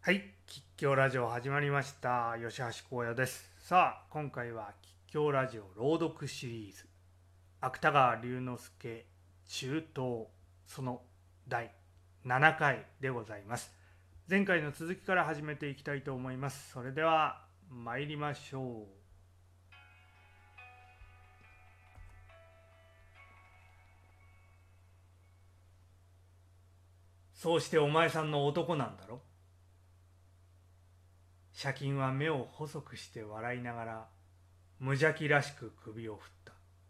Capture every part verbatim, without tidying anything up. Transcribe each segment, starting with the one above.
はい、吉祥ラジオ始まりました。吉橋光也です。さあ、今回は吉祥ラジオ朗読シリーズ、芥川龍之介中東そのだいななかいでございます。前回の続きから始めていきたいと思います。それでは参りましょう。そうしてお前さんの男なんだろ。借金は目を細くして笑いながら無邪気らしく首を振った。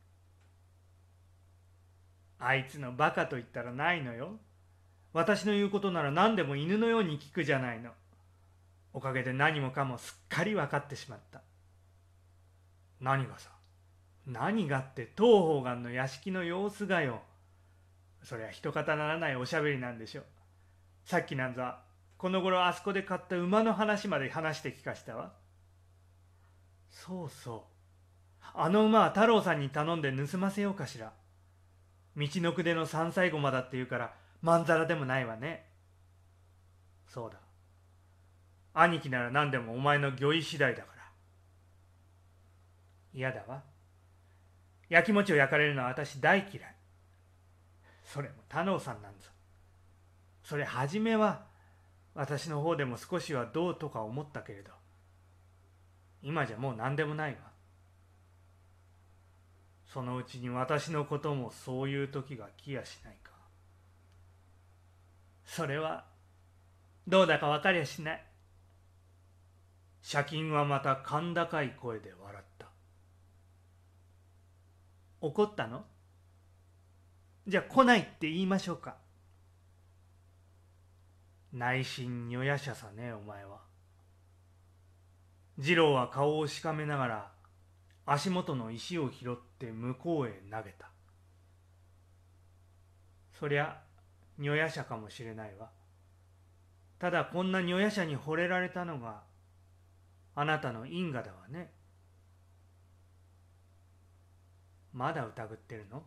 あいつのバカと言ったらないのよ。私の言うことなら何でも犬のように聞くじゃないの。おかげで何もかもすっかり分かってしまった。何がさ。何がって東方眼の屋敷の様子がよ。そりゃ一方ならないおしゃべりなんでしょ。さっきなんざこの頃あそこで買った馬の話まで話して聞かしたわ。そうそう、あの馬は太郎さんに頼んで盗ませようかしら。道のくでの山菜駒だって言うからまんざらでもないわね。そうだ、兄貴なら何でもお前の御意次第だから。嫌だわ。焼き餅を焼かれるのは私大嫌い。それも太郎さんなんぞ。それ初めは私の方でも少しはどうとか思ったけれど、今じゃもう何でもないわ。そのうちに私のこともそういう時が来やしないか。それはどうだか分かりゃしない。借金はまた甲高い声で笑った。怒ったの？じゃあ来ないって言いましょうか。内心女夜叉さね、お前は。次郎は顔をしかめながら足元の石を拾って向こうへ投げた。そりゃ女夜叉かもしれないわ。ただこんな女夜叉に惚れられたのがあなたの因果だわね。まだ疑ってるの？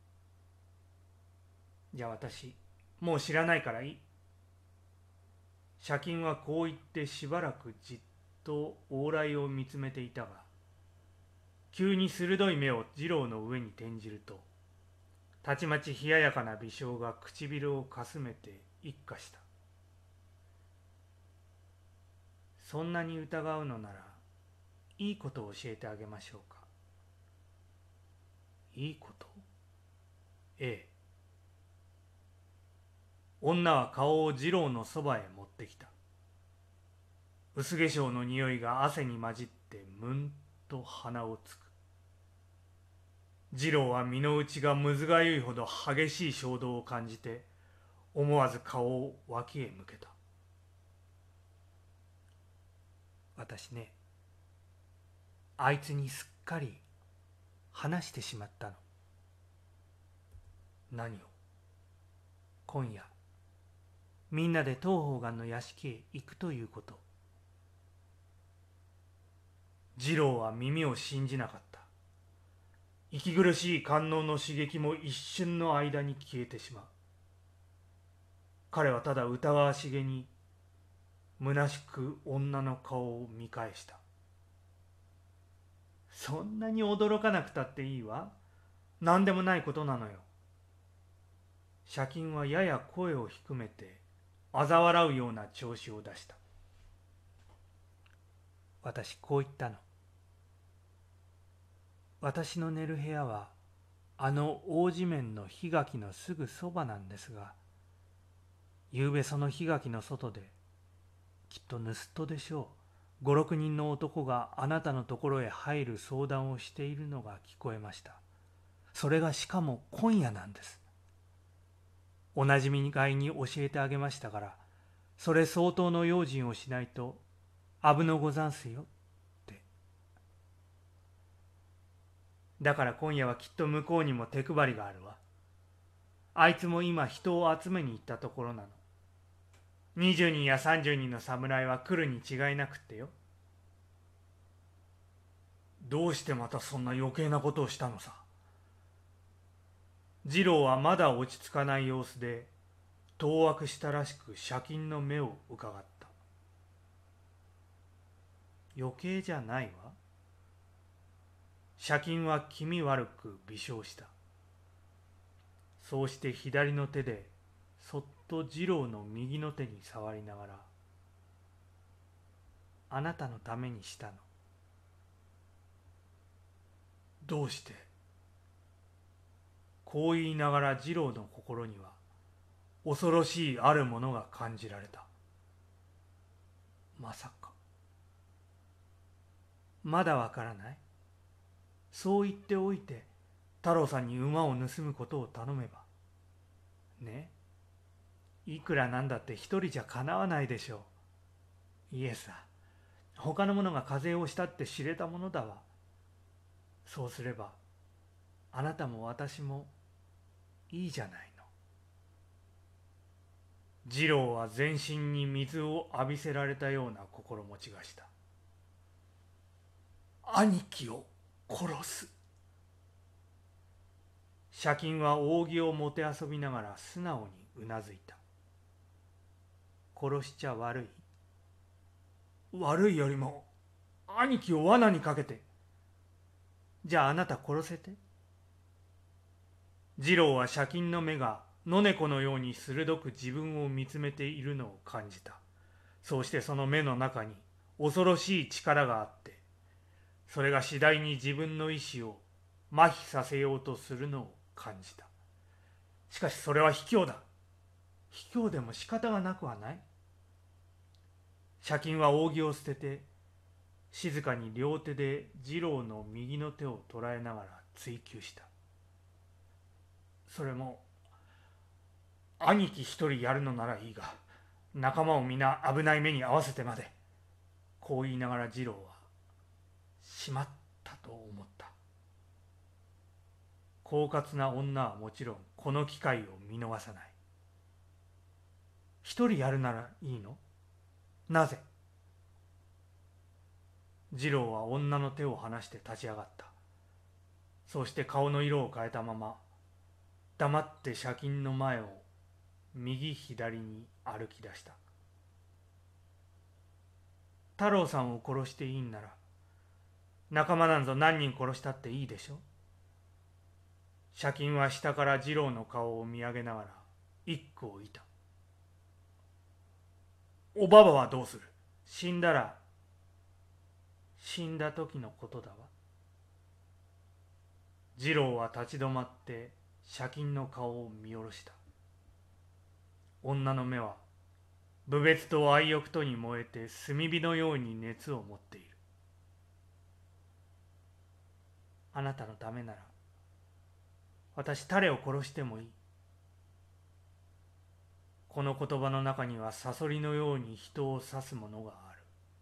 じゃあ私もう知らないからいい。借金はこう言ってしばらくじっと往来を見つめていたが、急に鋭い目を次郎の上に転じると、たちまち冷ややかな微笑が唇をかすめて一花した。そんなに疑うのならいいことを教えてあげましょうか。いいこと？ええ。女は顔を次郎のそばへ持ってきた。薄化粧の匂いが汗に混じってむんと鼻をつく。次郎は身の内がむずがゆいほど激しい衝動を感じて思わず顔を脇へ向けた。私ね、あいつにすっかり話してしまったの。何を？今夜みんなで東方眼の屋敷へ行くということ。次郎は耳を信じなかった。息苦しい官能の刺激も一瞬の間に消えてしまう。彼はただ疑わしげに虚しく女の顔を見返した。そんなに驚かなくたっていいわ。何でもないことなのよ。借金はやや声を低めて嘲笑うような調子を出した。私こう言ったの。私の寝る部屋はあの大地面の檜垣のすぐそばなんですが、ゆうべその檜垣の外できっと盗人でしょう、五六人の男があなたのところへ入る相談をしているのが聞こえました。それがしかも今夜なんです。おなじみがいに教えてあげましたから、それ相当の用心をしないと危のござんすよって。だから今夜はきっと向こうにも手配りがあるわ。あいつも今人を集めに行ったところなの。二十人や三十人の侍は来るに違いなくってよ。どうしてまたそんな余計なことをしたのさ。次郎はまだ落ち着かない様子で当惑したらしく借金の目をうかがった。 余計じゃないわ。借金は気味悪く微笑した。そうして左の手でそっと次郎の右の手に触りながら、あなたのためにしたの。どうして？こう言いながら次郎の心には恐ろしいあるものが感じられた。まさか。まだわからない？そう言っておいて太郎さんに馬を盗むことを頼めば。ね、いくらなんだって一人じゃかなわないでしょう。いえさ、他の者が風邪をしたって知れたものだわ。そうすればあなたも私もいいじゃないの。次郎は全身に水を浴びせられたような心持ちがした。兄貴を殺す。借金は扇をもてあそびながら素直にうなずいた。殺しちゃ悪い？悪いよりも兄貴を罠にかけて。じゃああなた殺せて。次郎は借金の目が野猫のように鋭く自分を見つめているのを感じた。そうしてその目の中に恐ろしい力があって、それが次第に自分の意志を麻痺させようとするのを感じた。しかしそれは卑怯だ。卑怯でも仕方がなくはない。借金は扇を捨てて、静かに両手で次郎の右の手を捉えながら追求した。それも兄貴一人やるのならいいが、仲間を皆危ない目に遭わせてまで。こう言いながら次郎はしまったと思った。狡猾な女はもちろんこの機会を見逃さない。一人やるならいいの？なぜ？次郎は女の手を離して立ち上がった。そうして顔の色を変えたまま黙って借金の前を右左に歩き出した。太郎さんを殺していいんなら仲間なんぞ何人殺したっていいでしょ。借金は下から次郎の顔を見上げながら一句をいた。おばばはどうする？死んだら死んだ時のことだわ。次郎は立ち止まって借金の顔を見下ろした。女の目は侮蔑と愛欲とに燃えて炭火のように熱を持っている。あなたのためなら私誰を殺してもいい。この言葉の中にはサソリのように人を刺すものがある。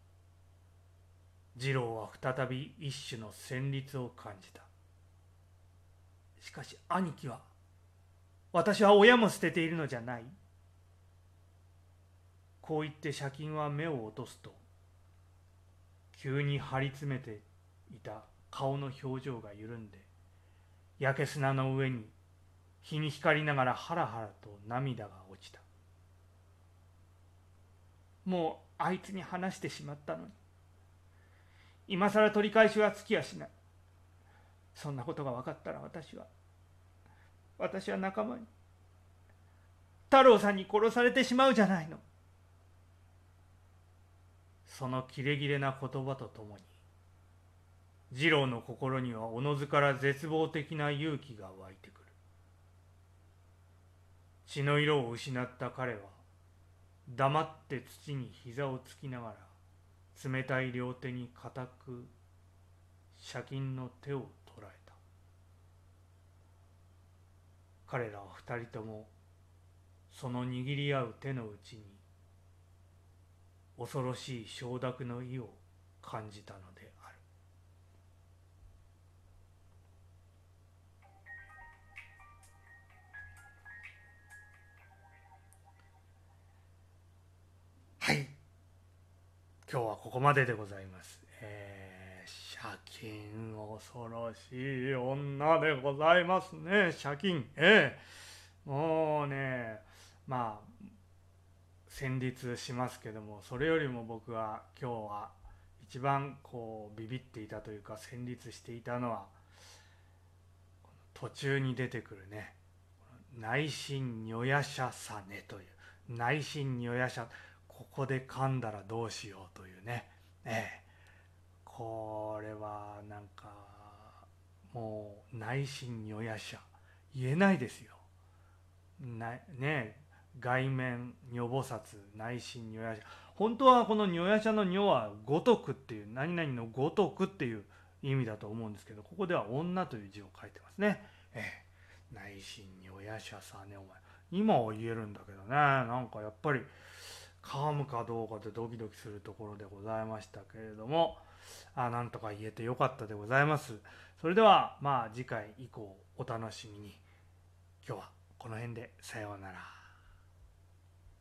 次郎は再び一種の旋律を感じた。しかし兄貴は、私は親も捨てているのじゃない。こう言って借金は目を落とすと、急に張り詰めていた顔の表情が緩んで、焼け砂の上に日に光りながらハラハラと涙が落ちた。もうあいつに話してしまったのに、今さら取り返しはつきやしない。そんなことが分かったら私は私は仲間に太郎さんに殺されてしまうじゃないの。そのキレキレな言葉とともに次郎の心にはおのずから絶望的な勇気が湧いてくる。血の色を失った彼は黙って土に膝をつきながら冷たい両手に固く借金の手を捉えた。彼らは二人ともその握り合う手の内に恐ろしい承諾の意を感じたのである。はい、今日はここまででございます。えー、借金恐ろしい女でございますね。借金、ええー、もうね、まあ戦慄しますけども、それよりも僕は今日は一番こうビビっていたというか戦慄していたのは途中に出てくるね内心如夜叉さねという内心如夜叉、ここで噛んだらどうしようというね、ええ、これはなんかもう内心如夜叉言えないですよ。なね外面如菩薩内心如夜叉、本当はこの如夜叉の如は如くっていう何々の如くっていう意味だと思うんですけど、ここでは女という字を書いてますね。ええ、内心如夜叉さねお前、今は言えるんだけどね、なんかやっぱり噛むかどうかでドキドキするところでございましたけれども、あなんとか言えてよかったでございます。それではまあ次回以降お楽しみに。今日はこの辺でさようなら。